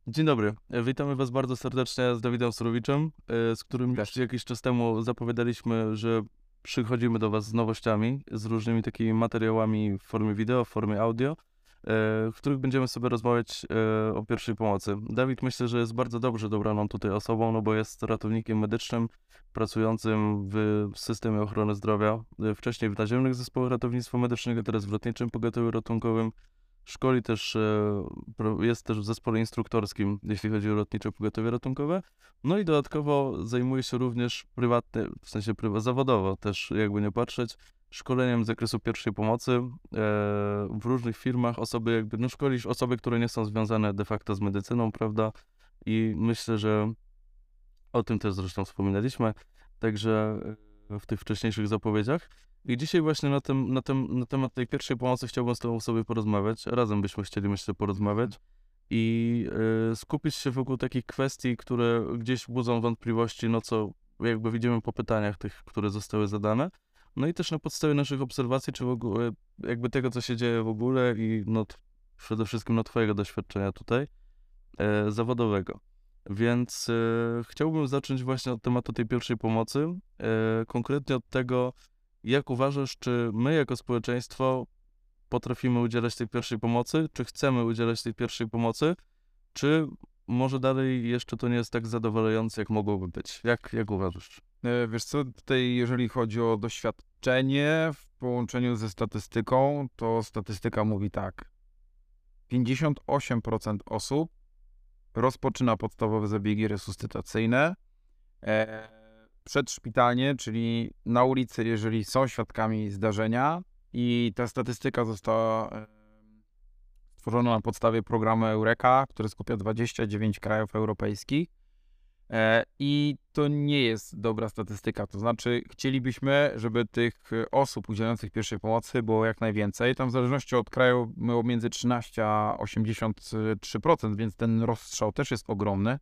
Dzień dobry, witamy Was bardzo serdecznie z Dawidem Surowiczem, z którym już jakiś czas temu zapowiadaliśmy, że przychodzimy do Was z nowościami, z różnymi takimi materiałami w formie wideo, w formie audio, w których będziemy sobie rozmawiać o pierwszej pomocy. Dawid myślę, że jest bardzo dobrze dobraną tutaj osobą, no bo jest ratownikiem medycznym pracującym w systemie ochrony zdrowia, wcześniej w naziemnych zespołach ratownictwa medycznego, teraz w Lotniczym Pogotowiu Ratunkowym. Szkoli też, jest też w zespole instruktorskim, jeśli chodzi o Lotnicze Pogotowie Ratunkowe. No i dodatkowo zajmuje się również prywatnie, w sensie zawodowo też, jakby nie patrzeć, szkoleniem z zakresu pierwszej pomocy w różnych firmach. Osoby jakby, no szkolisz osoby, które nie są związane de facto z medycyną, prawda? I myślę, że o tym też zresztą wspominaliśmy, także w tych wcześniejszych zapowiedziach. I dzisiaj właśnie na temat tej pierwszej pomocy chciałbym z Tobą sobie porozmawiać. Razem byśmy chcieli, myślę, porozmawiać i skupić się wokół takich kwestii, które gdzieś budzą wątpliwości, no co jakby widzimy po pytaniach tych, które zostały zadane. No i też na podstawie naszych obserwacji, czy w ogóle jakby tego, co się dzieje w ogóle i no przede wszystkim no Twojego doświadczenia tutaj zawodowego. Więc chciałbym zacząć właśnie od tematu tej pierwszej pomocy, konkretnie od tego, jak uważasz, czy my jako społeczeństwo potrafimy udzielać tej pierwszej pomocy, czy chcemy udzielać tej pierwszej pomocy, czy może dalej jeszcze to nie jest tak zadowalające, jak mogłoby być? Jak uważasz? Wiesz co, tutaj jeżeli chodzi o doświadczenie w połączeniu ze statystyką, to statystyka mówi tak. 58% osób rozpoczyna podstawowe zabiegi resuscytacyjne przedszpitalnie, czyli na ulicy, jeżeli są świadkami zdarzenia, i ta statystyka została stworzona na podstawie programu Eureka, który skupia 29 krajów europejskich. I to nie jest dobra statystyka, to znaczy chcielibyśmy, żeby tych osób udzielających pierwszej pomocy było jak najwięcej. Tam w zależności od kraju było między 13 a 83%, więc ten rozstrzał też jest ogromny.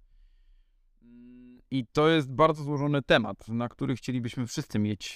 I to jest bardzo złożony temat, na który chcielibyśmy wszyscy mieć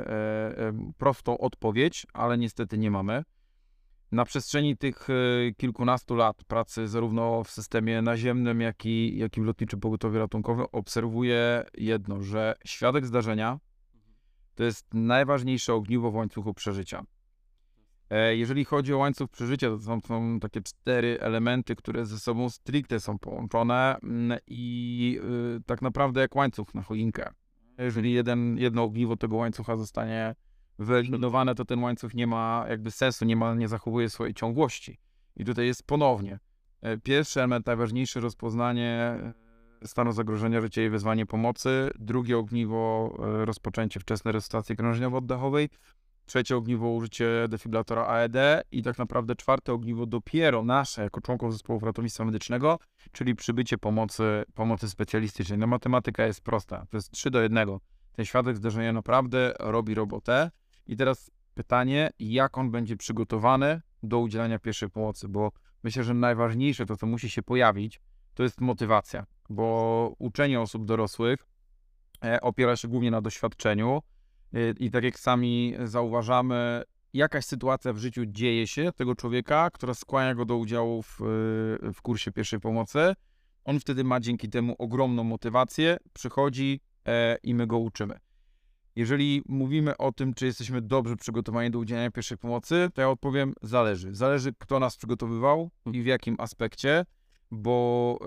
prostą odpowiedź, ale niestety nie mamy. Na przestrzeni tych kilkunastu lat pracy zarówno w systemie naziemnym, jak i w Lotniczym Pogotowiu Ratunkowym obserwuję jedno, że świadek zdarzenia to jest najważniejsze ogniwo w łańcuchu przeżycia. Jeżeli chodzi o łańcuch przeżycia, to są takie 4 elementy, które ze sobą stricte są połączone i tak naprawdę jak łańcuch na choinkę. Jeżeli jedno ogniwo tego łańcucha zostanie wyeliminowane, to ten łańcuch nie ma jakby sensu, nie zachowuje swojej ciągłości. I tutaj jest ponownie pierwszy element, najważniejszy, rozpoznanie stanu zagrożenia życia i wezwanie pomocy. Drugie ogniwo, rozpoczęcie wczesnej resuscytacji krążeniowo-oddechowej. Trzecie ogniwo, użycie defibrylatora AED i tak naprawdę czwarte ogniwo dopiero nasze, jako członków zespołu ratownictwa medycznego, czyli przybycie pomocy specjalistycznej. No matematyka jest prosta, to jest 3:1. Ten świadek zdarzenia naprawdę robi robotę. I teraz pytanie, jak on będzie przygotowany do udzielania pierwszej pomocy, bo myślę, że najważniejsze, to co musi się pojawić, to jest motywacja, bo uczenie osób dorosłych opiera się głównie na doświadczeniu i tak jak sami zauważamy, jakaś sytuacja w życiu dzieje się tego człowieka, która skłania go do udziału w kursie pierwszej pomocy. On wtedy ma dzięki temu ogromną motywację, przychodzi i my go uczymy. Jeżeli mówimy o tym, czy jesteśmy dobrze przygotowani do udzielania pierwszej pomocy, to ja odpowiem, zależy. Zależy, kto nas przygotowywał i w jakim aspekcie, bo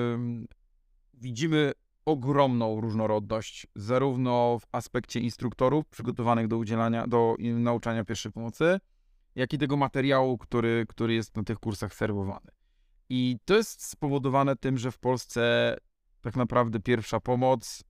widzimy ogromną różnorodność, zarówno w aspekcie instruktorów przygotowanych do nauczania pierwszej pomocy, jak i tego materiału, który jest na tych kursach serwowany. I to jest spowodowane tym, że w Polsce tak naprawdę pierwsza pomoc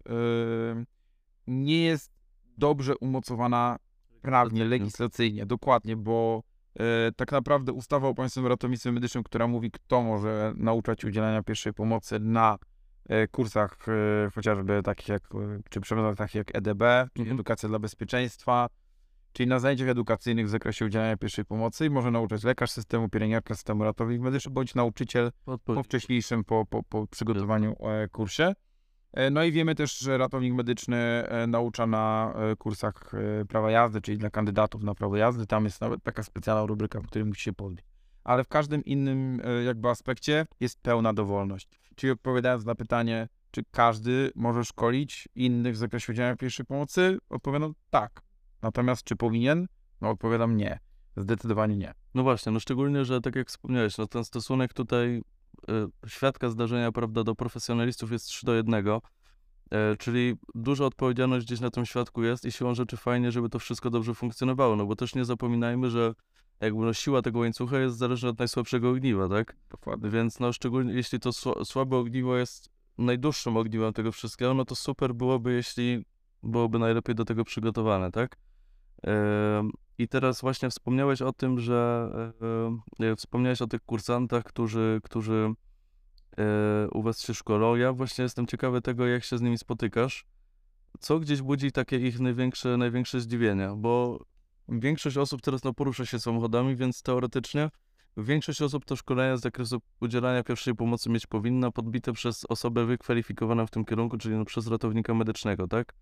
nie jest dobrze umocowana prawnie, legislacyjnie, dokładnie, bo tak naprawdę ustawa o Państwowym Ratownictwie Medycznym, która mówi, kto może nauczać udzielania pierwszej pomocy na kursach chociażby takich jak, czy przewodach takich jak EDB, czyli Edukacja dla Bezpieczeństwa, czyli na zajęciach edukacyjnych w zakresie udzielania pierwszej pomocy i może nauczać lekarz systemu, pielęgniarka systemu ratownik medyczny, bądź nauczyciel po wcześniejszym, po przygotowaniu kursie. No i wiemy też, że ratownik medyczny naucza na kursach prawa jazdy, czyli dla kandydatów na prawo jazdy. Tam jest nawet taka specjalna rubryka, w której musi się podjąć. ale w każdym innym jakby aspekcie jest pełna dowolność. Czyli odpowiadając na pytanie, czy każdy może szkolić innych w zakresie udzielania pierwszej pomocy, odpowiadam tak. Natomiast czy powinien? No odpowiadam nie. Zdecydowanie nie. No właśnie, no szczególnie, że tak jak wspomniałeś, no ten stosunek tutaj świadka zdarzenia, prawda, do profesjonalistów jest 3:1, czyli duża odpowiedzialność gdzieś na tym świadku jest i siłą rzeczy fajnie, żeby to wszystko dobrze funkcjonowało, no bo też nie zapominajmy, że jakby no siła tego łańcucha jest zależna od najsłabszego ogniwa, tak? Dokładnie. Więc no szczególnie jeśli to słabe ogniwo jest najdłuższym ogniwem tego wszystkiego, no to super byłoby, jeśli byłoby najlepiej do tego przygotowane, tak? I teraz właśnie wspomniałeś o tym, że wspomniałeś o tych kursantach, którzy u was się szkolą. Ja właśnie jestem ciekawy tego, jak się z nimi spotykasz. Co gdzieś budzi takie ich największe zdziwienie, bo większość osób teraz no, porusza się samochodami, więc teoretycznie większość osób to szkolenia z zakresu udzielania pierwszej pomocy mieć powinna, podbite przez osobę wykwalifikowaną w tym kierunku, czyli no, przez ratownika medycznego, tak?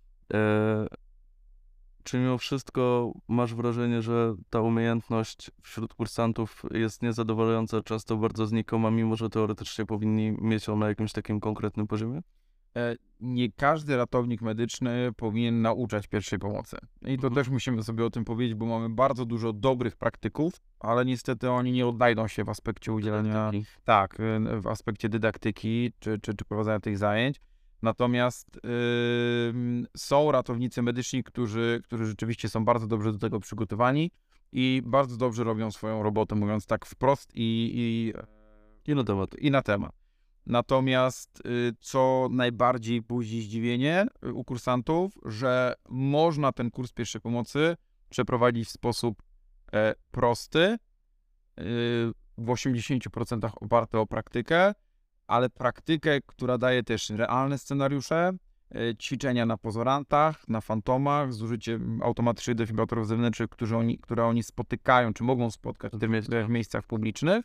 Czy mimo wszystko masz wrażenie, że ta umiejętność wśród kursantów jest niezadowalająca, często bardzo znikoma, mimo że teoretycznie powinni mieć ją na jakimś takim konkretnym poziomie? Nie każdy ratownik medyczny powinien nauczać pierwszej pomocy. I to też musimy sobie o tym powiedzieć, bo mamy bardzo dużo dobrych praktyków, ale niestety oni nie odnajdą się w aspekcie udzielania, tak, w aspekcie dydaktyki czy prowadzenia tych zajęć. Natomiast są ratownicy medyczni, którzy rzeczywiście są bardzo dobrze do tego przygotowani i bardzo dobrze robią swoją robotę, mówiąc tak wprost i na temat. Natomiast co najbardziej budzi zdziwienie u kursantów, że można ten kurs pierwszej pomocy przeprowadzić w sposób prosty, w 80% oparty o praktykę, ale praktykę, która daje też realne scenariusze, ćwiczenia na pozorantach, na fantomach, z użyciem automatycznych defibrylatorów zewnętrznych, które oni spotykają, czy mogą spotkać w miejscach publicznych.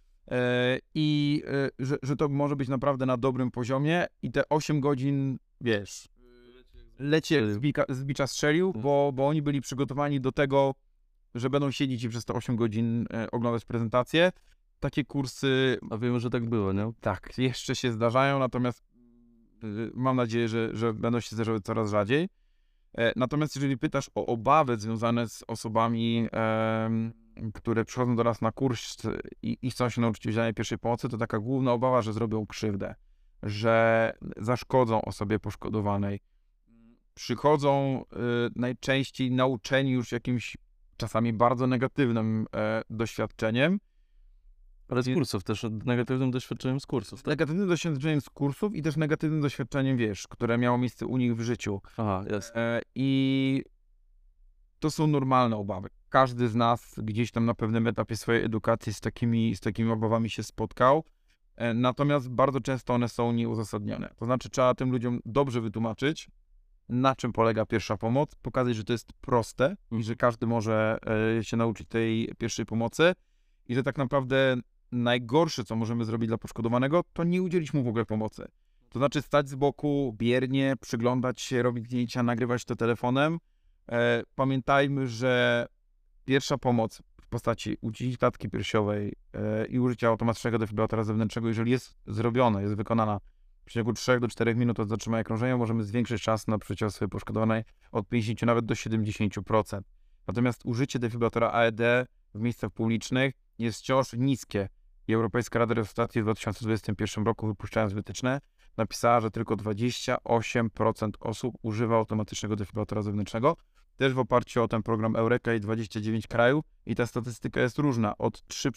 I że to może być naprawdę na dobrym poziomie i te 8 godzin, wiesz, leci jak z bicza strzelił, bo oni byli przygotowani do tego, że będą siedzieć i przez te 8 godzin oglądać prezentacje. Takie kursy... A wiemy, że tak było, nie? Tak, jeszcze się zdarzają, natomiast mam nadzieję, że będą się zdarzały coraz rzadziej. Natomiast jeżeli pytasz o obawy związane z osobami, które przychodzą do nas na kurs i chcą się nauczyć udzielania pierwszej pomocy, to taka główna obawa, że zrobią krzywdę, że zaszkodzą osobie poszkodowanej. Przychodzą najczęściej nauczeni już jakimś czasami bardzo negatywnym doświadczeniem. Ale z kursów też, negatywnym doświadczeniem z kursów, tak? Negatywnym doświadczeniem z kursów i też negatywnym doświadczeniem, wiesz, które miało miejsce u nich w życiu. Aha, jest. I to są normalne obawy. Każdy z nas gdzieś tam na pewnym etapie swojej edukacji z takimi obawami się spotkał. Natomiast bardzo często one są nieuzasadnione. To znaczy trzeba tym ludziom dobrze wytłumaczyć, na czym polega pierwsza pomoc, pokazać, że to jest proste i że każdy może się nauczyć tej pierwszej pomocy i że tak naprawdę najgorsze, co możemy zrobić dla poszkodowanego, to nie udzielić mu w ogóle pomocy. To znaczy stać z boku, biernie, przyglądać się, robić zdjęcia, nagrywać to telefonem. Pamiętajmy, że pierwsza pomoc w postaci ucięcia klatki piersiowej i użycia automatycznego defibrylatora zewnętrznego, jeżeli jest zrobiona, jest wykonana w przeciągu 3 do 4 minut od zatrzymania krążenia, możemy zwiększyć czas na przyjęcie osoby poszkodowanej od 50 nawet do 70%. Natomiast użycie defibrylatora AED w miejscach publicznych jest wciąż niskie. I Europejska Rada Resuscytacji w 2021 roku, wypuszczając wytyczne, napisała, że tylko 28% osób używa automatycznego defibrylatora zewnętrznego, też w oparciu o ten program Eureka i 29 krajów. I ta statystyka jest różna, od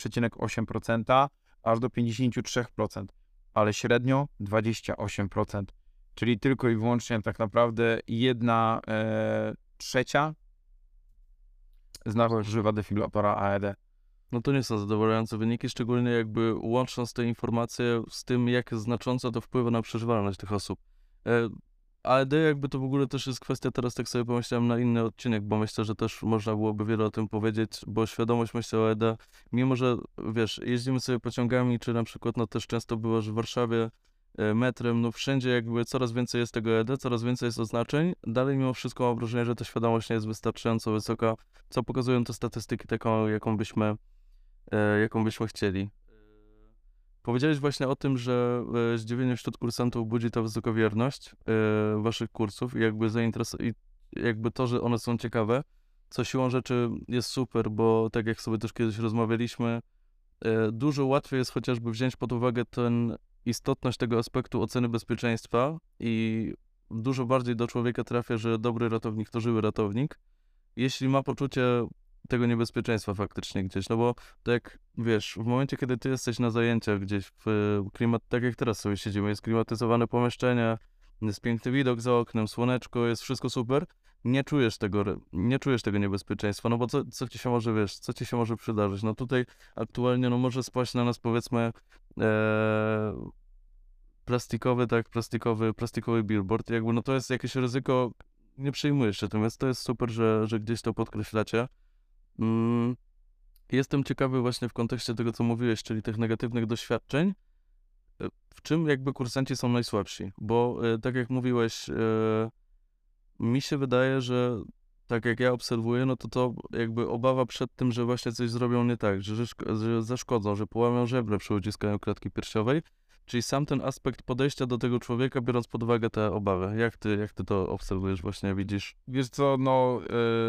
3,8% aż do 53%, ale średnio 28%, czyli tylko i wyłącznie tak naprawdę 1/3 z nas używa defibrylatora AED. No to nie są zadowalające wyniki, szczególnie jakby łącząc te informacje z tym, jak znacząco to wpływa na przeżywalność tych osób. AED jakby to w ogóle też jest kwestia, teraz tak sobie pomyślałem na inny odcinek, bo myślę, że też można byłoby wiele o tym powiedzieć, bo świadomość, myślę, o AED, mimo że wiesz, jeździmy sobie pociągami, czy na przykład no też często było, że w Warszawie metrem, no wszędzie jakby coraz więcej jest tego AED, coraz więcej jest oznaczeń, dalej mimo wszystko mam wrażenie, że ta świadomość nie jest wystarczająco wysoka, co pokazują te statystyki taką, jaką byśmy jaką byśmy chcieli. Powiedziałeś właśnie o tym, że zdziwienie wśród kursantów budzi ta wysokowierność waszych kursów i jakby i jakby to, że one są ciekawe, co siłą rzeczy jest super, bo tak jak sobie też kiedyś rozmawialiśmy, dużo łatwiej jest chociażby wziąć pod uwagę istotność tego aspektu oceny bezpieczeństwa i dużo bardziej do człowieka trafia, że dobry ratownik to żywy ratownik, jeśli ma poczucie tego niebezpieczeństwa faktycznie gdzieś, no bo to jak, wiesz, w momencie, kiedy ty jesteś na zajęciach gdzieś tak jak teraz sobie siedzimy, jest klimatyzowane pomieszczenie, jest piękny widok za oknem, słoneczko, jest wszystko super, nie czujesz tego niebezpieczeństwa, no bo co ci się może, wiesz, co ci się może przydarzyć? No tutaj aktualnie, no może spaść na nas, powiedzmy, plastikowy billboard, jakby no to jest jakieś ryzyko, nie przejmujesz się tym, więc to jest super, że gdzieś to podkreślacie. Jestem ciekawy właśnie w kontekście tego, co mówiłeś, czyli tych negatywnych doświadczeń, w czym jakby kursanci są najsłabsi, bo tak jak mówiłeś, mi się wydaje, że tak jak ja obserwuję, no to jakby obawa przed tym, że właśnie coś zrobią nie tak, że zaszkodzą, że połamią żebrę przy uciskaniu klatki piersiowej, czyli sam ten aspekt podejścia do tego człowieka, biorąc pod uwagę te obawy. Jak ty to obserwujesz, właśnie widzisz? Wiesz co, no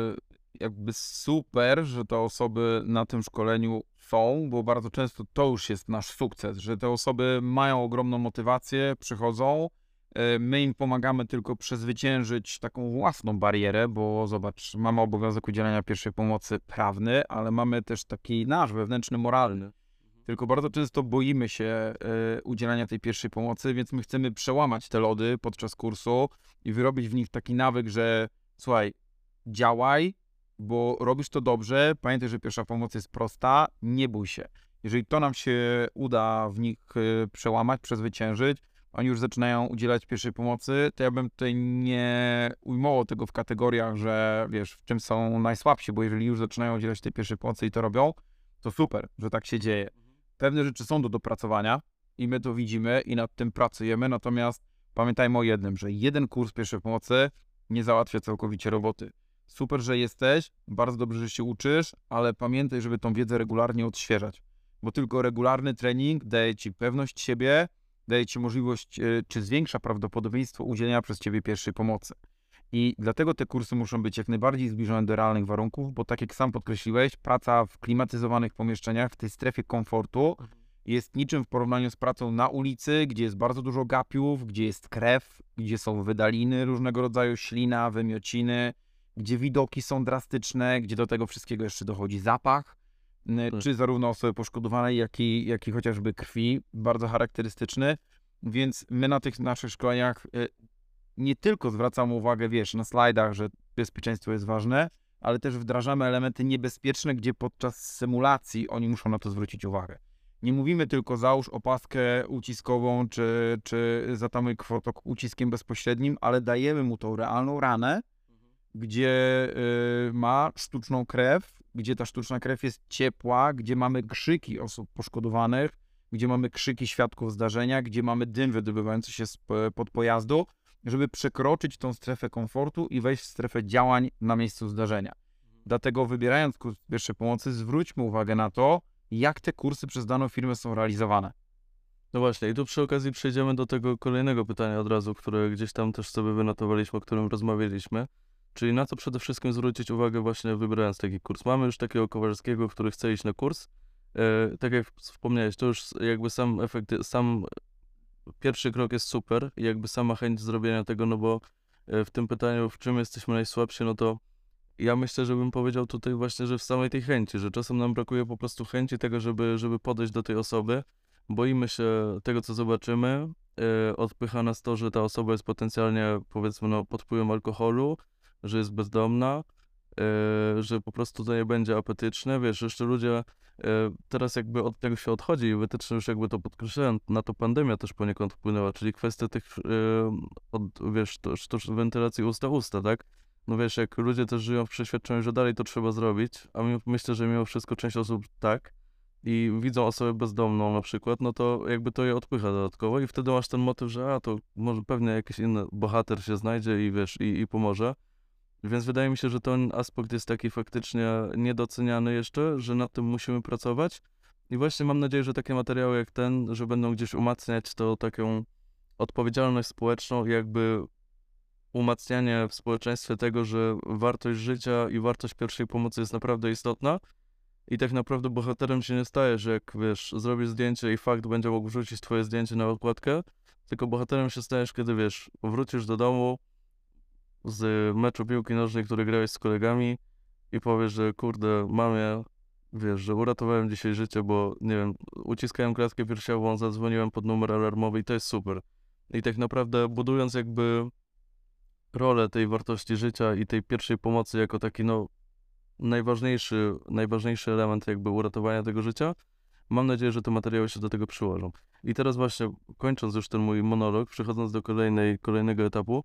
jakby super, że te osoby na tym szkoleniu są, bo bardzo często to już jest nasz sukces, że te osoby mają ogromną motywację, przychodzą, my im pomagamy tylko przezwyciężyć taką własną barierę, bo zobacz, mamy obowiązek udzielania pierwszej pomocy prawny, ale mamy też taki nasz wewnętrzny, moralny. Tylko bardzo często boimy się udzielania tej pierwszej pomocy, więc my chcemy przełamać te lody podczas kursu i wyrobić w nich taki nawyk, że słuchaj, działaj, bo robisz to dobrze, pamiętaj, że pierwsza pomoc jest prosta, nie bój się. Jeżeli to nam się uda w nich przełamać, przezwyciężyć, oni już zaczynają udzielać pierwszej pomocy, to ja bym tutaj nie ujmował tego w kategoriach, że wiesz, w czym są najsłabsi, bo jeżeli już zaczynają udzielać tej pierwszej pomocy i to robią, to super, że tak się dzieje. Pewne rzeczy są do dopracowania i my to widzimy i nad tym pracujemy, natomiast pamiętajmy o jednym, że jeden kurs pierwszej pomocy nie załatwia całkowicie roboty. Super, że jesteś, bardzo dobrze, że się uczysz, ale pamiętaj, żeby tą wiedzę regularnie odświeżać, bo tylko regularny trening daje ci pewność siebie, daje ci możliwość, czy zwiększa prawdopodobieństwo udzielenia przez ciebie pierwszej pomocy. I dlatego te kursy muszą być jak najbardziej zbliżone do realnych warunków, bo tak jak sam podkreśliłeś, praca w klimatyzowanych pomieszczeniach, w tej strefie komfortu jest niczym w porównaniu z pracą na ulicy, gdzie jest bardzo dużo gapiów, gdzie jest krew, gdzie są wydaliny różnego rodzaju, ślina, wymiociny, gdzie widoki są drastyczne, gdzie do tego wszystkiego jeszcze dochodzi zapach, czy zarówno osoby poszkodowanej, jak i chociażby krwi, bardzo charakterystyczny. Więc my na tych naszych szkoleniach nie tylko zwracamy uwagę, wiesz, na slajdach, że bezpieczeństwo jest ważne, ale też wdrażamy elementy niebezpieczne, gdzie podczas symulacji oni muszą na to zwrócić uwagę. Nie mówimy tylko załóż opaskę uciskową, czy zatamuj krwotok uciskiem bezpośrednim, ale dajemy mu tą realną ranę, gdzie ma sztuczną krew, gdzie ta sztuczna krew jest ciepła, gdzie mamy krzyki osób poszkodowanych, gdzie mamy krzyki świadków zdarzenia, gdzie mamy dym wydobywający się spod pojazdu, żeby przekroczyć tą strefę komfortu i wejść w strefę działań na miejscu zdarzenia. Dlatego wybierając kurs pierwszej pomocy, zwróćmy uwagę na to, jak te kursy przez daną firmę są realizowane. No właśnie, i tu przy okazji przejdziemy do tego kolejnego pytania od razu, które gdzieś tam też sobie wynotowaliśmy, o którym rozmawialiśmy. Czyli na co przede wszystkim zwrócić uwagę właśnie wybierając taki kurs. Mamy już takiego Kowalskiego, który chce iść na kurs. Tak jak wspomniałeś, to już jakby sam efekt, sam pierwszy krok jest super i jakby sama chęć zrobienia tego, no bo w tym pytaniu, w czym jesteśmy najsłabsi, no to ja myślę, że bym powiedział tutaj właśnie, że w samej tej chęci, że czasem nam brakuje po prostu chęci tego, żeby podejść do tej osoby. Boimy się tego, co zobaczymy. Odpycha nas to, że ta osoba jest potencjalnie, powiedzmy, no, pod wpływem alkoholu, że jest bezdomna, że po prostu to nie będzie apetyczne. Wiesz, jeszcze ludzie teraz jakby od tego się odchodzi i wytyczne już jakby to podkreślają, na to pandemia też poniekąd wpłynęła, czyli kwestia tych, wiesz, wentylacji usta, tak? No wiesz, jak ludzie też żyją w przeświadczeniu, że dalej to trzeba zrobić, a myślę, że mimo wszystko część osób tak i widzą osobę bezdomną na przykład, no to jakby to je odpycha dodatkowo i wtedy masz ten motyw, że to może pewnie jakiś inny bohater się znajdzie i wiesz, i pomoże. Więc wydaje mi się, że ten aspekt jest taki faktycznie niedoceniany jeszcze, że nad tym musimy pracować. I właśnie mam nadzieję, że takie materiały jak ten, że będą gdzieś umacniać to taką odpowiedzialność społeczną i jakby umacnianie w społeczeństwie tego, że wartość życia i wartość pierwszej pomocy jest naprawdę istotna. I tak naprawdę bohaterem się nie staje, że jak wiesz, zrobisz zdjęcie i fakt będzie mógł wrzucić twoje zdjęcie na okładkę, tylko bohaterem się stajesz, kiedy wiesz, wrócisz do domu z meczu piłki nożnej, który grałeś z kolegami i powiesz, że kurde, mamie, wiesz, że uratowałem dzisiaj życie, bo nie wiem, uciskałem klatkę piersiową, zadzwoniłem pod numer alarmowy i to jest super. I tak naprawdę budując jakby rolę tej wartości życia i tej pierwszej pomocy jako taki no najważniejszy element jakby uratowania tego życia, mam nadzieję, że te materiały się do tego przyłożą. I teraz właśnie kończąc już ten mój monolog, przechodząc do kolejnego etapu,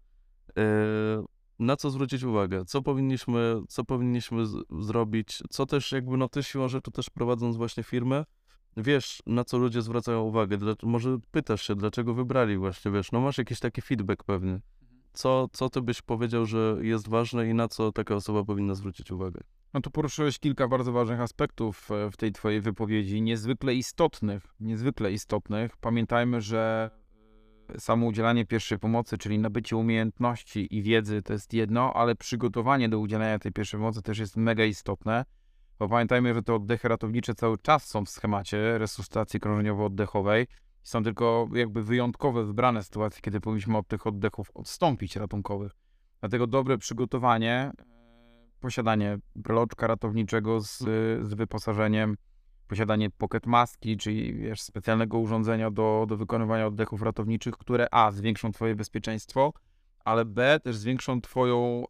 na co zwrócić uwagę, co powinniśmy zrobić, co też jakby no ty siłą rzeczy też prowadząc właśnie firmę, wiesz na co ludzie zwracają uwagę, może pytasz się, dlaczego wybrali właśnie, wiesz, no masz jakiś taki feedback pewnie. Co ty byś powiedział, że jest ważne i na co taka osoba powinna zwrócić uwagę? No tu poruszyłeś kilka bardzo ważnych aspektów w tej twojej wypowiedzi, niezwykle istotnych. Pamiętajmy, że samo udzielanie pierwszej pomocy, czyli nabycie umiejętności i wiedzy to jest jedno, ale przygotowanie do udzielania tej pierwszej pomocy też jest mega istotne, bo pamiętajmy, że te oddechy ratownicze cały czas są w schemacie resuscytacji krążeniowo-oddechowej. Są tylko jakby wyjątkowe, wybrane sytuacje, kiedy powinniśmy od tych oddechów odstąpić ratunkowych. Dlatego dobre przygotowanie, posiadanie breloczka ratowniczego z wyposażeniem, posiadanie pocket maski, czyli wiesz, specjalnego urządzenia do wykonywania oddechów ratowniczych, które a. zwiększą twoje bezpieczeństwo, ale b. też zwiększą twoją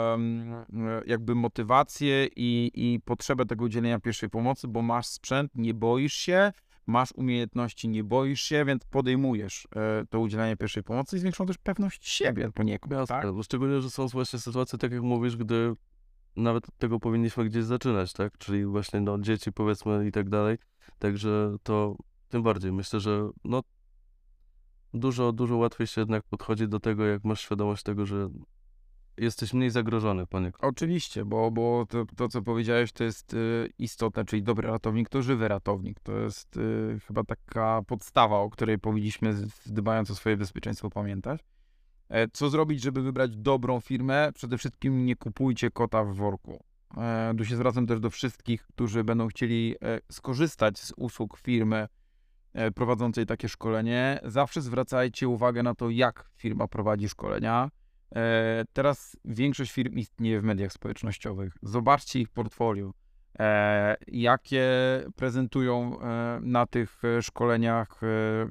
jakby motywację i potrzebę tego udzielenia pierwszej pomocy, bo masz sprzęt, nie boisz się, masz umiejętności, nie boisz się, więc podejmujesz to udzielanie pierwszej pomocy i zwiększą też pewność siebie poniekąd. Jasne, Tak? bo szczególnie, że są właśnie sytuacje, tak jak mówisz, gdy nawet od tego powinniśmy gdzieś zaczynać, tak? Czyli właśnie no, dzieci powiedzmy i tak dalej. Także to tym bardziej myślę, że no dużo łatwiej się jednak podchodzi do tego, jak masz świadomość tego, że jesteś mniej zagrożony poniekąd. Oczywiście, bo to co powiedziałeś, to jest istotne, czyli dobry ratownik to żywy ratownik. To jest chyba taka podstawa, o której powinniśmy, dbając o swoje bezpieczeństwo, pamiętać. Co zrobić, żeby wybrać dobrą firmę? Przede wszystkim nie kupujcie kota w worku. Tu się zwracam też do wszystkich, którzy będą chcieli skorzystać z usług firmy prowadzącej takie szkolenie. Zawsze zwracajcie uwagę na to, jak firma prowadzi szkolenia. Teraz większość firm istnieje w mediach społecznościowych. Zobaczcie ich portfolio, jakie prezentują na tych szkoleniach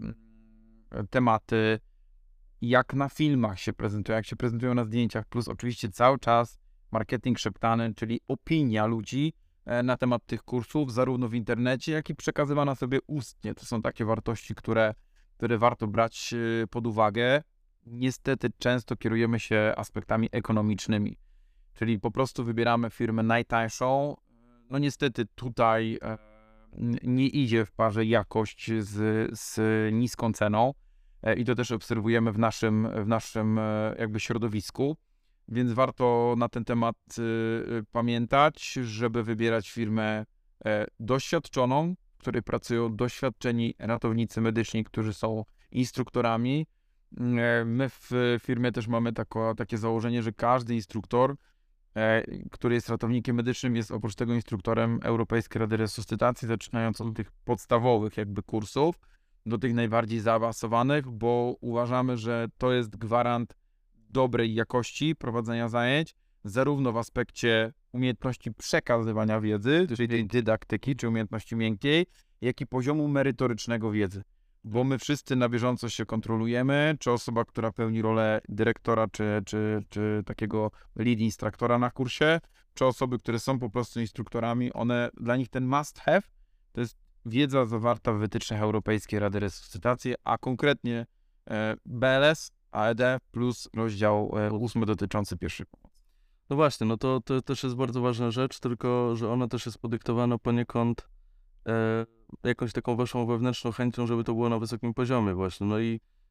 tematy, jak na filmach się prezentują, jak się prezentują na zdjęciach, plus oczywiście cały czas marketing szeptany, czyli opinia ludzi na temat tych kursów, zarówno w internecie, jak i przekazywana sobie ustnie. To są takie wartości, które warto brać pod uwagę. Niestety często kierujemy się aspektami ekonomicznymi, czyli po prostu wybieramy firmę najtańszą. No niestety tutaj nie idzie w parze jakość z niską ceną i to też obserwujemy w naszym jakby środowisku, więc warto na ten temat pamiętać, żeby wybierać firmę doświadczoną, w której pracują doświadczeni ratownicy medyczni, którzy są instruktorami. My w firmie też mamy takie założenie, że każdy instruktor, który jest ratownikiem medycznym, jest oprócz tego instruktorem Europejskiej Rady Resuscytacji, zaczynając od tych podstawowych jakby kursów do tych najbardziej zaawansowanych, bo uważamy, że to jest gwarant dobrej jakości prowadzenia zajęć, zarówno w aspekcie umiejętności przekazywania wiedzy, czyli tej dydaktyki, czy umiejętności miękkiej, jak i poziomu merytorycznego wiedzy. Bo my wszyscy na bieżąco się kontrolujemy, czy osoba, która pełni rolę dyrektora, czy takiego lead instruktora na kursie, czy osoby, które są po prostu instruktorami, dla nich ten must have to jest wiedza zawarta w wytycznych Europejskiej Rady Resuscytacji, a konkretnie BLS, AED plus rozdział 8 dotyczący pierwszej pomocy. No właśnie, no to też jest bardzo ważna rzecz, tylko że ona też jest podyktowana poniekąd jakąś taką waszą wewnętrzną chęcią, żeby to było na wysokim poziomie właśnie. No i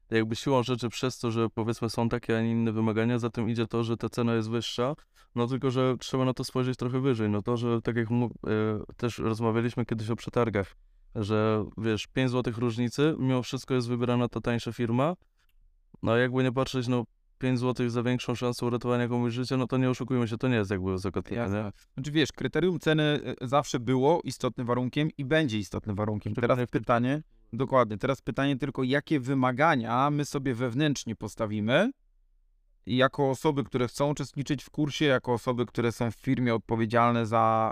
jakby siłą rzeczy przez to, że powiedzmy są takie, a nie inne wymagania, za tym idzie to, że ta cena jest wyższa, no tylko, że trzeba na to spojrzeć trochę wyżej. No to, że tak jak też rozmawialiśmy kiedyś o przetargach, że wiesz, 5 zł różnicy, mimo wszystko jest wybierana ta tańsza firma, no jakby nie patrzeć, no 5 zł za większą szansę uratowania komuś życia, no to nie oszukujmy się, to nie jest jakby wysoka cena, nie? Jasne. Znaczy wiesz, kryterium ceny zawsze było istotnym warunkiem i będzie istotnym warunkiem. Teraz pytanie, dokładnie, teraz pytanie tylko, jakie wymagania my sobie wewnętrznie postawimy jako osoby, które chcą uczestniczyć w kursie, jako osoby, które są w firmie odpowiedzialne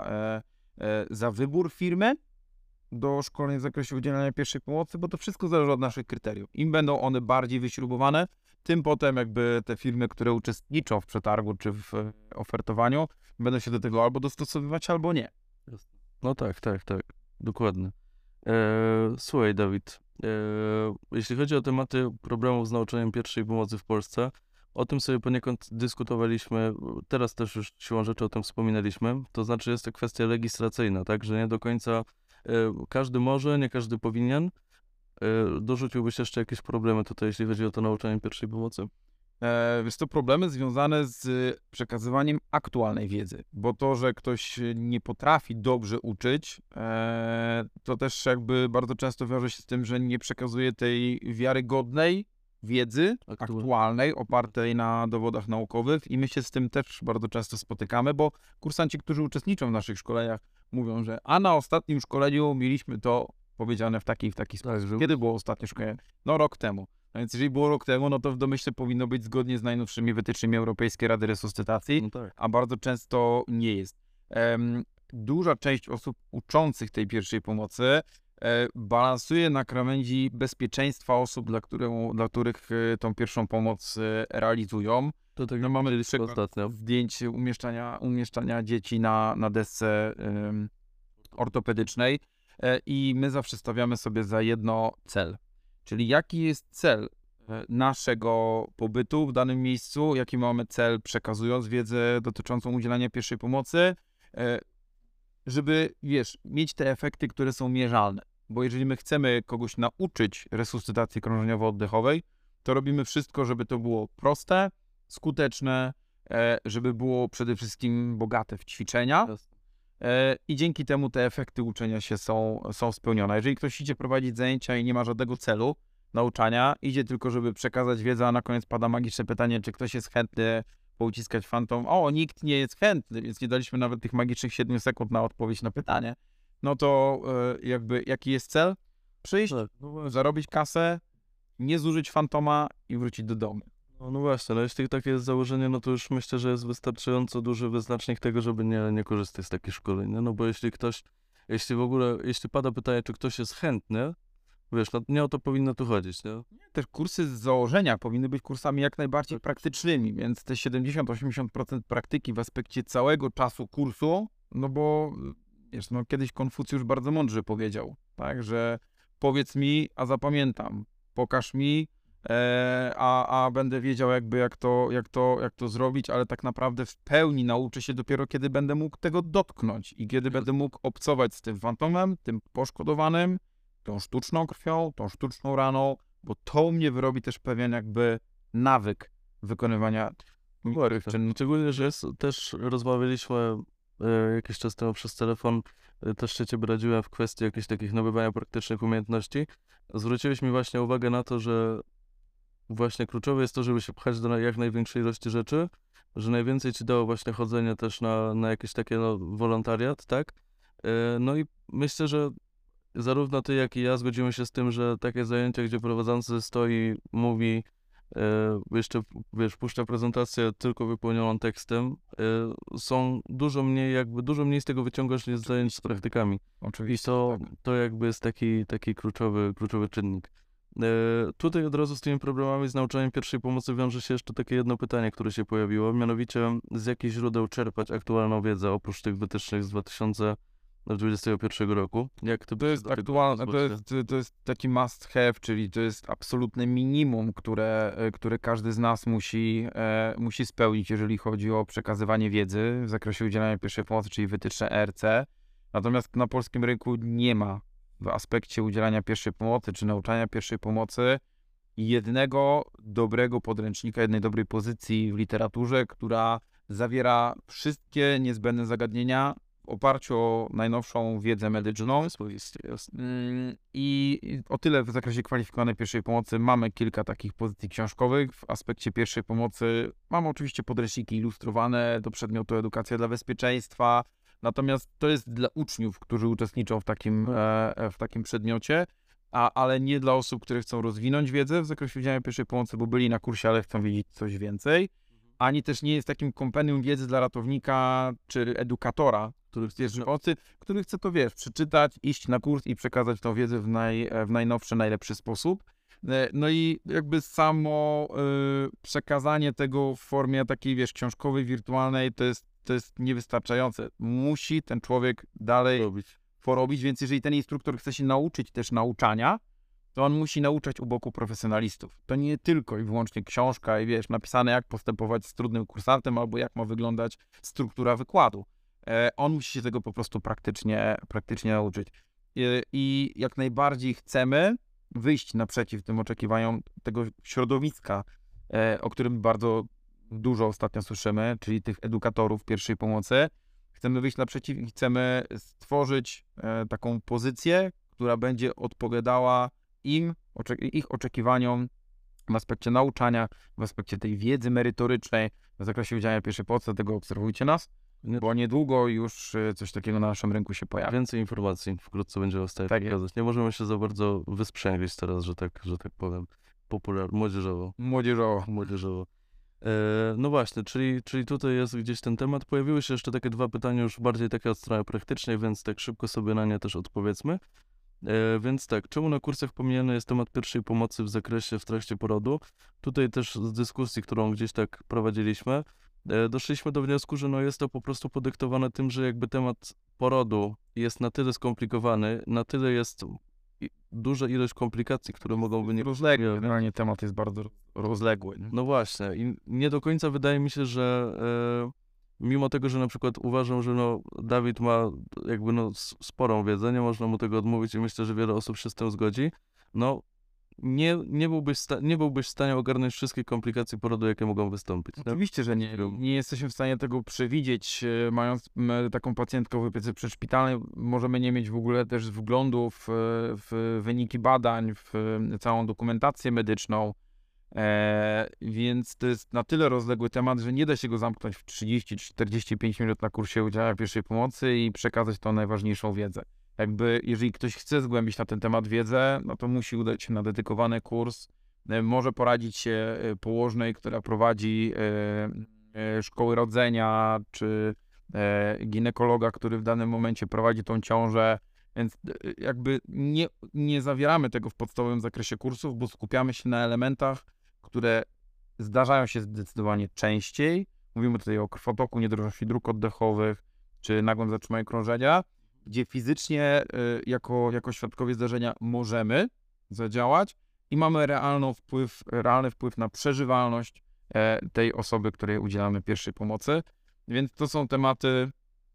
za wybór firmy do szkoleń w zakresie udzielania pierwszej pomocy, bo to wszystko zależy od naszych kryteriów. Im będą one bardziej wyśrubowane, tym potem jakby te firmy, które uczestniczą w przetargu czy w ofertowaniu, będą się do tego albo dostosowywać, albo nie. No tak, dokładnie. Słuchaj, Dawid, jeśli chodzi o tematy problemów z nauczaniem pierwszej pomocy w Polsce, o tym sobie poniekąd dyskutowaliśmy, teraz też już siłą rzeczy o tym wspominaliśmy, to znaczy jest to kwestia legislacyjna, tak, że nie do końca każdy może, nie każdy powinien. Dorzuciłbyś jeszcze jakieś problemy tutaj, jeśli chodzi o to nauczanie pierwszej pomocy? Wiesz to problemy związane z przekazywaniem aktualnej wiedzy, bo to, że ktoś nie potrafi dobrze uczyć, to też jakby bardzo często wiąże się z tym, że nie przekazuje tej wiarygodnej wiedzy aktualnej, opartej na dowodach naukowych i my się z tym też bardzo często spotykamy, bo kursanci, którzy uczestniczą w naszych szkoleniach, mówią, że a na ostatnim szkoleniu mieliśmy to powiedziane w taki sposób. Kiedy było ostatnie szkolenie? No rok temu. A więc jeżeli było rok temu, no to w domyśle powinno być zgodnie z najnowszymi wytycznymi Europejskiej Rady Resuscytacji, No tak. a bardzo często nie jest. Duża część osób uczących tej pierwszej pomocy balansuje na krawędzi bezpieczeństwa osób, dla których tą pierwszą pomoc realizują. To tak No mamy przykład ostatnio. zdjęć umieszczania dzieci na desce ortopedycznej i my zawsze stawiamy sobie za jedno cel. Czyli jaki jest cel naszego pobytu w danym miejscu, jaki mamy cel przekazując wiedzę dotyczącą udzielania pierwszej pomocy, żeby, wiesz, mieć te efekty, które są mierzalne. Bo jeżeli my chcemy kogoś nauczyć resuscytacji krążeniowo-oddechowej, to robimy wszystko, żeby to było proste, skuteczne, żeby było przede wszystkim bogate w ćwiczenia i dzięki temu te efekty uczenia się są spełnione. Jeżeli ktoś idzie prowadzić zajęcia i nie ma żadnego celu nauczania, idzie tylko, żeby przekazać wiedzę, a na koniec pada magiczne pytanie, czy ktoś jest chętny pouciskać fantom. O, nikt nie jest chętny, więc nie daliśmy nawet tych magicznych 7 sekund na odpowiedź na pytanie. No to jakby jaki jest cel? Przyjść, zarobić kasę, nie zużyć fantoma i wrócić do domu. No właśnie, no jeśli takie jest założenie, no to już myślę, że jest wystarczająco duży wyznacznik tego, żeby nie korzystać z takich szkoleń, nie? No bo jeśli pada pytanie, czy ktoś jest chętny, wiesz, no nie o to powinno tu chodzić, nie? Też kursy z założenia powinny być kursami jak najbardziej praktycznymi, więc te 70-80% praktyki w aspekcie całego czasu kursu, no bo wiesz, no kiedyś Konfucjusz bardzo mądrze powiedział, tak, że powiedz mi, a zapamiętam, pokaż mi, a będę wiedział jakby jak to zrobić, ale tak naprawdę w pełni nauczę się dopiero kiedy będę mógł tego dotknąć i kiedy będę mógł obcować z tym fantomem, tym poszkodowanym, tą sztuczną krwią, tą sztuczną raną, bo to mnie wyrobi też pewien jakby nawyk wykonywania niektórych czynów. Szczególnie, że też rozmawialiśmy jakiś czas temu przez telefon, też się ciebie radziłem w kwestii jakichś takich nabywania praktycznych umiejętności. Zwróciłeś mi właśnie uwagę na to, że właśnie kluczowe jest to, żeby się pchać do jak największej ilości rzeczy, że najwięcej ci dało właśnie chodzenie też na jakieś takie wolontariat, tak? No i myślę, że zarówno ty, jak i ja zgodzimy się z tym, że takie zajęcia, gdzie prowadzący stoi, mówi, jeszcze, wiesz, puszcza prezentację tylko wypełnioną tekstem, są dużo mniej z tego wyciągasz niż z zajęć z praktykami. Oczywiście. I to jakby jest taki kluczowy czynnik. Tutaj od razu z tymi problemami z nauczaniem pierwszej pomocy wiąże się jeszcze takie jedno pytanie, które się pojawiło, mianowicie z jakich źródeł czerpać aktualną wiedzę oprócz tych wytycznych z 2021 roku? Jak to jest aktualne, to jest taki must have, czyli to jest absolutne minimum, które każdy z nas musi spełnić, jeżeli chodzi o przekazywanie wiedzy w zakresie udzielania pierwszej pomocy, czyli wytyczne ERC. Natomiast na polskim rynku nie ma w aspekcie udzielania pierwszej pomocy czy nauczania pierwszej pomocy jednego dobrego podręcznika, jednej dobrej pozycji w literaturze, która zawiera wszystkie niezbędne zagadnienia w oparciu o najnowszą wiedzę medyczną. I o tyle w zakresie kwalifikowanej pierwszej pomocy mamy kilka takich pozycji książkowych. W aspekcie pierwszej pomocy mamy oczywiście podręczniki ilustrowane do przedmiotu edukacja dla bezpieczeństwa, natomiast to jest dla uczniów, którzy uczestniczą w takim przedmiocie, ale nie dla osób, które chcą rozwinąć wiedzę w zakresie udzielania pierwszej pomocy, bo byli na kursie, ale chcą wiedzieć coś więcej. Ani też nie jest takim kompendium wiedzy dla ratownika czy edukatora, który chce to, przeczytać, iść na kurs i przekazać tą wiedzę w najnowszy, najlepszy sposób. No i jakby samo przekazanie tego w formie takiej, książkowej, wirtualnej, to jest niewystarczające. Musi ten człowiek dalej porobić, więc jeżeli ten instruktor chce się nauczyć też nauczania, to on musi nauczać u boku profesjonalistów. To nie tylko i wyłącznie książka i napisane jak postępować z trudnym kursantem albo jak ma wyglądać struktura wykładu. On musi się tego po prostu praktycznie nauczyć. I jak najbardziej chcemy wyjść naprzeciw tym oczekiwaniom tego środowiska, o którym bardzo dużo ostatnio słyszymy, czyli tych edukatorów pierwszej pomocy. Chcemy wyjść naprzeciw i chcemy stworzyć taką pozycję, która będzie odpowiadała ich oczekiwaniom w aspekcie nauczania, w aspekcie tej wiedzy merytorycznej, w zakresie udziałania pierwszej pomocy, dlatego obserwujcie nas, bo niedługo już coś takiego na naszym rynku się pojawi. Więcej informacji wkrótce będzie pokazać. Nie możemy się za bardzo wysprzęglić teraz, że tak powiem, młodzieżowo. No właśnie, czyli tutaj jest gdzieś ten temat. Pojawiły się jeszcze takie dwa pytania, już bardziej takie od strony praktycznej, więc tak szybko sobie na nie też odpowiedzmy. Więc tak, czemu na kursach pomijany jest temat pierwszej pomocy w trakcie porodu? Tutaj też z dyskusji, którą gdzieś tak prowadziliśmy, doszliśmy do wniosku, że jest to po prostu podyktowane tym, że jakby temat porodu jest na tyle skomplikowany, na tyle jest duża ilość komplikacji, które mogą wynikać. Rozległy, generalnie temat jest bardzo rozległy. Nie? No właśnie i nie do końca wydaje mi się, że mimo tego, że na przykład uważam, że Dawid ma jakby sporą wiedzę, nie można mu tego odmówić i myślę, że wiele osób się z tym zgodzi, nie byłbyś w stanie ogarnąć wszystkich komplikacji porodu, jakie mogą wystąpić. Oczywiście, że nie. Nie jesteśmy w stanie tego przewidzieć, mając taką pacjentkę w opiece przedszpitalnej. Możemy nie mieć w ogóle też wglądu w wyniki badań, w całą dokumentację medyczną, więc to jest na tyle rozległy temat, że nie da się go zamknąć w 30-45 minut na kursie udziałania pierwszej pomocy i przekazać tą najważniejszą wiedzę. Jeżeli ktoś chce zgłębić na ten temat wiedzę, to musi udać się na dedykowany kurs. Może poradzić się położnej, która prowadzi szkoły rodzenia, czy ginekologa, który w danym momencie prowadzi tą ciążę. Więc jakby nie zawieramy tego w podstawowym zakresie kursów, bo skupiamy się na elementach, które zdarzają się zdecydowanie częściej. Mówimy tutaj o krwotoku, niedrożności dróg oddechowych, czy nagłym zatrzymaniu krążenia, gdzie fizycznie jako świadkowie zdarzenia możemy zadziałać i mamy realny wpływ na przeżywalność tej osoby, której udzielamy pierwszej pomocy. Więc to są tematy,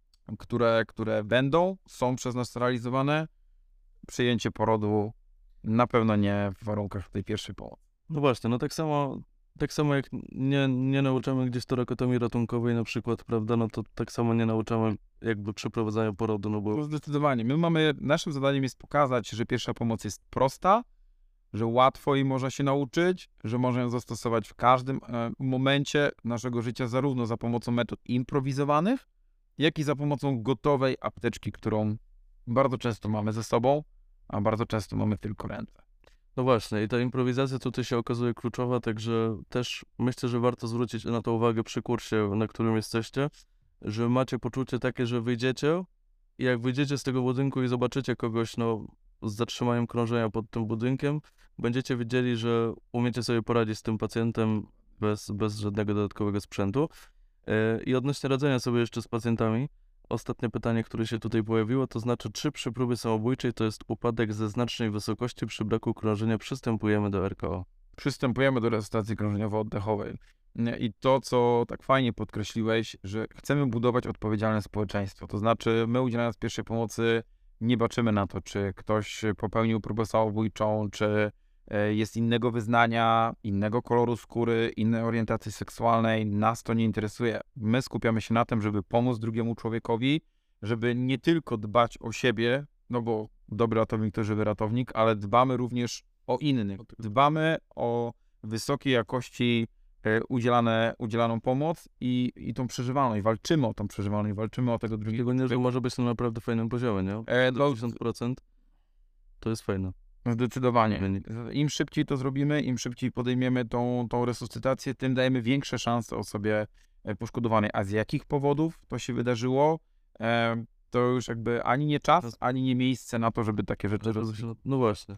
które są przez nas realizowane. Przyjęcie porodu na pewno nie w warunkach tej pierwszej pomocy. No właśnie, tak samo jak nie nauczamy gdzieś torakotomii ratunkowej na przykład, prawda, to tak samo nie nauczamy jakby przeprowadzania porodu, bo... Zdecydowanie. Naszym zadaniem jest pokazać, że pierwsza pomoc jest prosta, że łatwo jej można się nauczyć, że można ją zastosować w każdym momencie naszego życia, zarówno za pomocą metod improwizowanych, jak i za pomocą gotowej apteczki, którą bardzo często mamy ze sobą, a bardzo często mamy tylko ręce. No właśnie i ta improwizacja tutaj się okazuje kluczowa, także też myślę, że warto zwrócić na to uwagę przy kursie, na którym jesteście, że macie poczucie takie, że wyjdziecie i jak wyjdziecie z tego budynku i zobaczycie kogoś z zatrzymaniem krążenia pod tym budynkiem, będziecie wiedzieli, że umiecie sobie poradzić z tym pacjentem bez żadnego dodatkowego sprzętu. I odnośnie radzenia sobie jeszcze z pacjentami, ostatnie pytanie, które się tutaj pojawiło, to znaczy, czy przy próbie samobójczej to jest upadek ze znacznej wysokości, przy braku krążenia przystępujemy do RKO? Przystępujemy do resuscytacji krążeniowo-oddechowej. I to, co tak fajnie podkreśliłeś, że chcemy budować odpowiedzialne społeczeństwo. To znaczy, my udzielając pierwszej pomocy nie baczymy na to, czy ktoś popełnił próbę samobójczą, czy jest innego wyznania, innego koloru skóry, innej orientacji seksualnej, nas to nie interesuje. My skupiamy się na tym, żeby pomóc drugiemu człowiekowi, żeby nie tylko dbać o siebie, no bo dobry ratownik to żywy ratownik, ale dbamy również o innych. Dbamy o wysokiej jakości udzielaną pomoc i tą przeżywalność. Walczymy o tą przeżywalność, walczymy o tego drugiego. Szczególnie, że może być na naprawdę fajnym poziomie, nie? 50% to jest fajne. Zdecydowanie. Wynik. Im szybciej to zrobimy, im szybciej podejmiemy tą resuscytację, tym dajemy większe szanse osobie poszkodowanej. A z jakich powodów to się wydarzyło, to już jakby ani nie czas, ani nie miejsce na to, żeby takie rzeczy robić. No właśnie.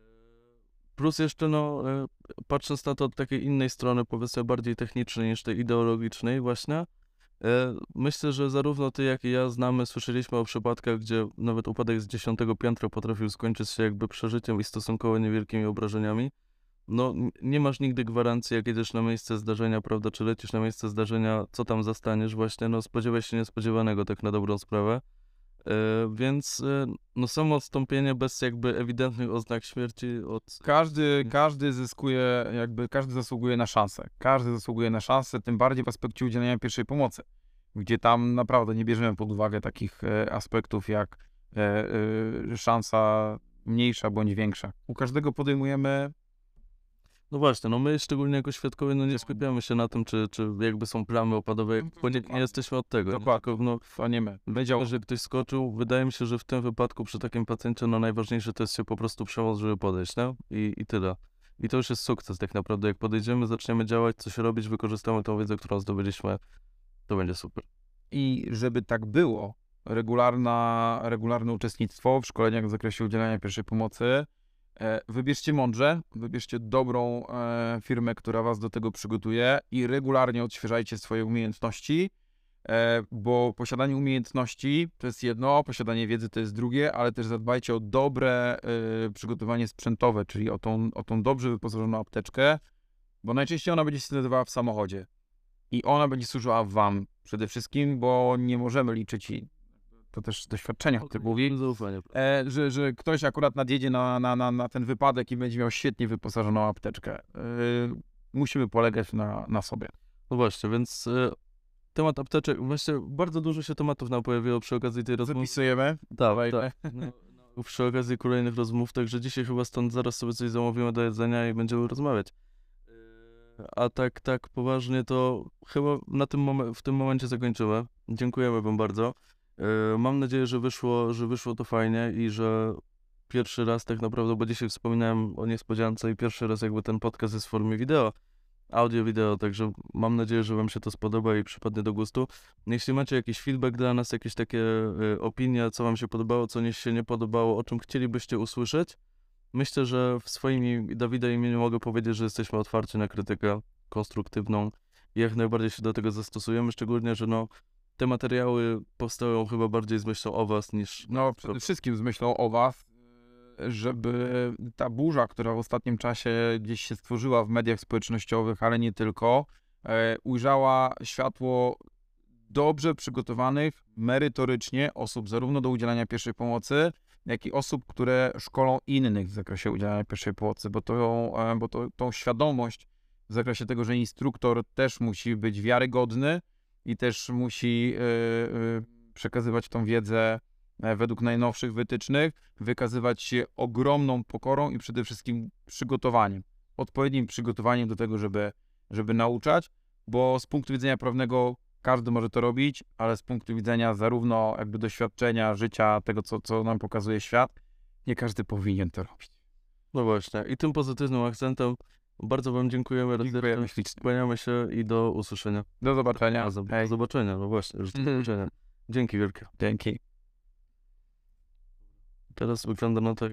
Plus jeszcze, patrząc na to od takiej innej strony, powiedzmy bardziej technicznej niż tej ideologicznej właśnie, myślę, że zarówno ty, jak i ja słyszeliśmy o przypadkach, gdzie nawet upadek z 10 piętra potrafił skończyć się jakby przeżyciem i stosunkowo niewielkimi obrażeniami. No, nie masz nigdy gwarancji, jak jedziesz na miejsce zdarzenia, prawda, czy lecisz na miejsce zdarzenia, co tam zastaniesz właśnie, no spodziewaj się niespodziewanego tak na dobrą sprawę. Więc samo odstąpienie bez jakby ewidentnych oznak śmierci od... Każdy zyskuje, każdy zasługuje na szansę. Każdy zasługuje na szansę, tym bardziej w aspekcie udzielenia pierwszej pomocy, gdzie tam naprawdę nie bierzemy pod uwagę takich aspektów jak szansa mniejsza bądź większa. U każdego podejmujemy... No właśnie, my szczególnie jako świadkowie nie skupiamy się na tym, czy jakby są plamy opadowe, bo nie jesteśmy od tego. Dokładnie. Nie my. Wiedział, że ktoś skoczył. Wydaje mi się, że w tym wypadku przy takim pacjencie najważniejsze to jest się po prostu przemoc, żeby podejść, no? I tyle. I to już jest sukces tak naprawdę. Jak podejdziemy, zaczniemy działać, coś robić, wykorzystamy tą wiedzę, którą zdobyliśmy, to będzie super. I żeby tak było, regularne uczestnictwo w szkoleniach w zakresie udzielania pierwszej pomocy. Wybierzcie mądrze, wybierzcie dobrą firmę, która was do tego przygotuje i regularnie odświeżajcie swoje umiejętności, bo posiadanie umiejętności to jest jedno, posiadanie wiedzy to jest drugie, ale też zadbajcie o dobre przygotowanie sprzętowe, czyli o tą dobrze wyposażoną apteczkę, bo najczęściej ona będzie się znajdowała w samochodzie i ona będzie służyła wam przede wszystkim, bo nie możemy liczyć to też doświadczenia o tym mówi, że ktoś akurat nadjedzie na ten wypadek i będzie miał świetnie wyposażoną apteczkę. Musimy polegać na sobie. No właśnie, więc temat apteczek, właśnie bardzo dużo się tematów nam pojawiło przy okazji tej rozmowy. Zapisujemy? Tak. Przy okazji kolejnych rozmów, także dzisiaj chyba stąd zaraz sobie coś zamówimy do jedzenia i będziemy rozmawiać. A tak poważnie to chyba w tym momencie zakończymy. Dziękujemy wam bardzo. Mam nadzieję, że wyszło to fajnie i że pierwszy raz tak naprawdę, bo dzisiaj wspominałem o niespodziance i pierwszy raz jakby ten podcast jest w formie wideo, audio-wideo, także mam nadzieję, że wam się to spodoba i przypadnie do gustu. Jeśli macie jakiś feedback dla nas, jakieś takie opinie, co wam się podobało, co się nie podobało, o czym chcielibyście usłyszeć, myślę, że w swoim Dawida imieniu mogę powiedzieć, że jesteśmy otwarci na krytykę konstruktywną i jak najbardziej się do tego zastosujemy, szczególnie, że te materiały powstają chyba bardziej z myślą o was niż... Przede wszystkim z myślą o was, żeby ta burza, która w ostatnim czasie gdzieś się stworzyła w mediach społecznościowych, ale nie tylko, ujrzała światło dobrze przygotowanych, merytorycznie osób zarówno do udzielania pierwszej pomocy, jak i osób, które szkolą innych w zakresie udzielania pierwszej pomocy, bo tą świadomość w zakresie tego, że instruktor też musi być wiarygodny i też musi przekazywać tą wiedzę według najnowszych wytycznych, wykazywać się ogromną pokorą i przede wszystkim przygotowaniem, odpowiednim przygotowaniem do tego, żeby nauczać, bo z punktu widzenia prawnego każdy może to robić, ale z punktu widzenia zarówno jakby doświadczenia, życia, tego co nam pokazuje świat, nie każdy powinien to robić. No właśnie, i tym pozytywnym akcentem bardzo wam dziękujemy. Dziękujemy ślicznie. Kłaniamy się i do usłyszenia. Do zobaczenia. Do zobaczenia, no właśnie. Do zobaczenia. Dzięki wielkie. Dzięki. Teraz wygląda na to,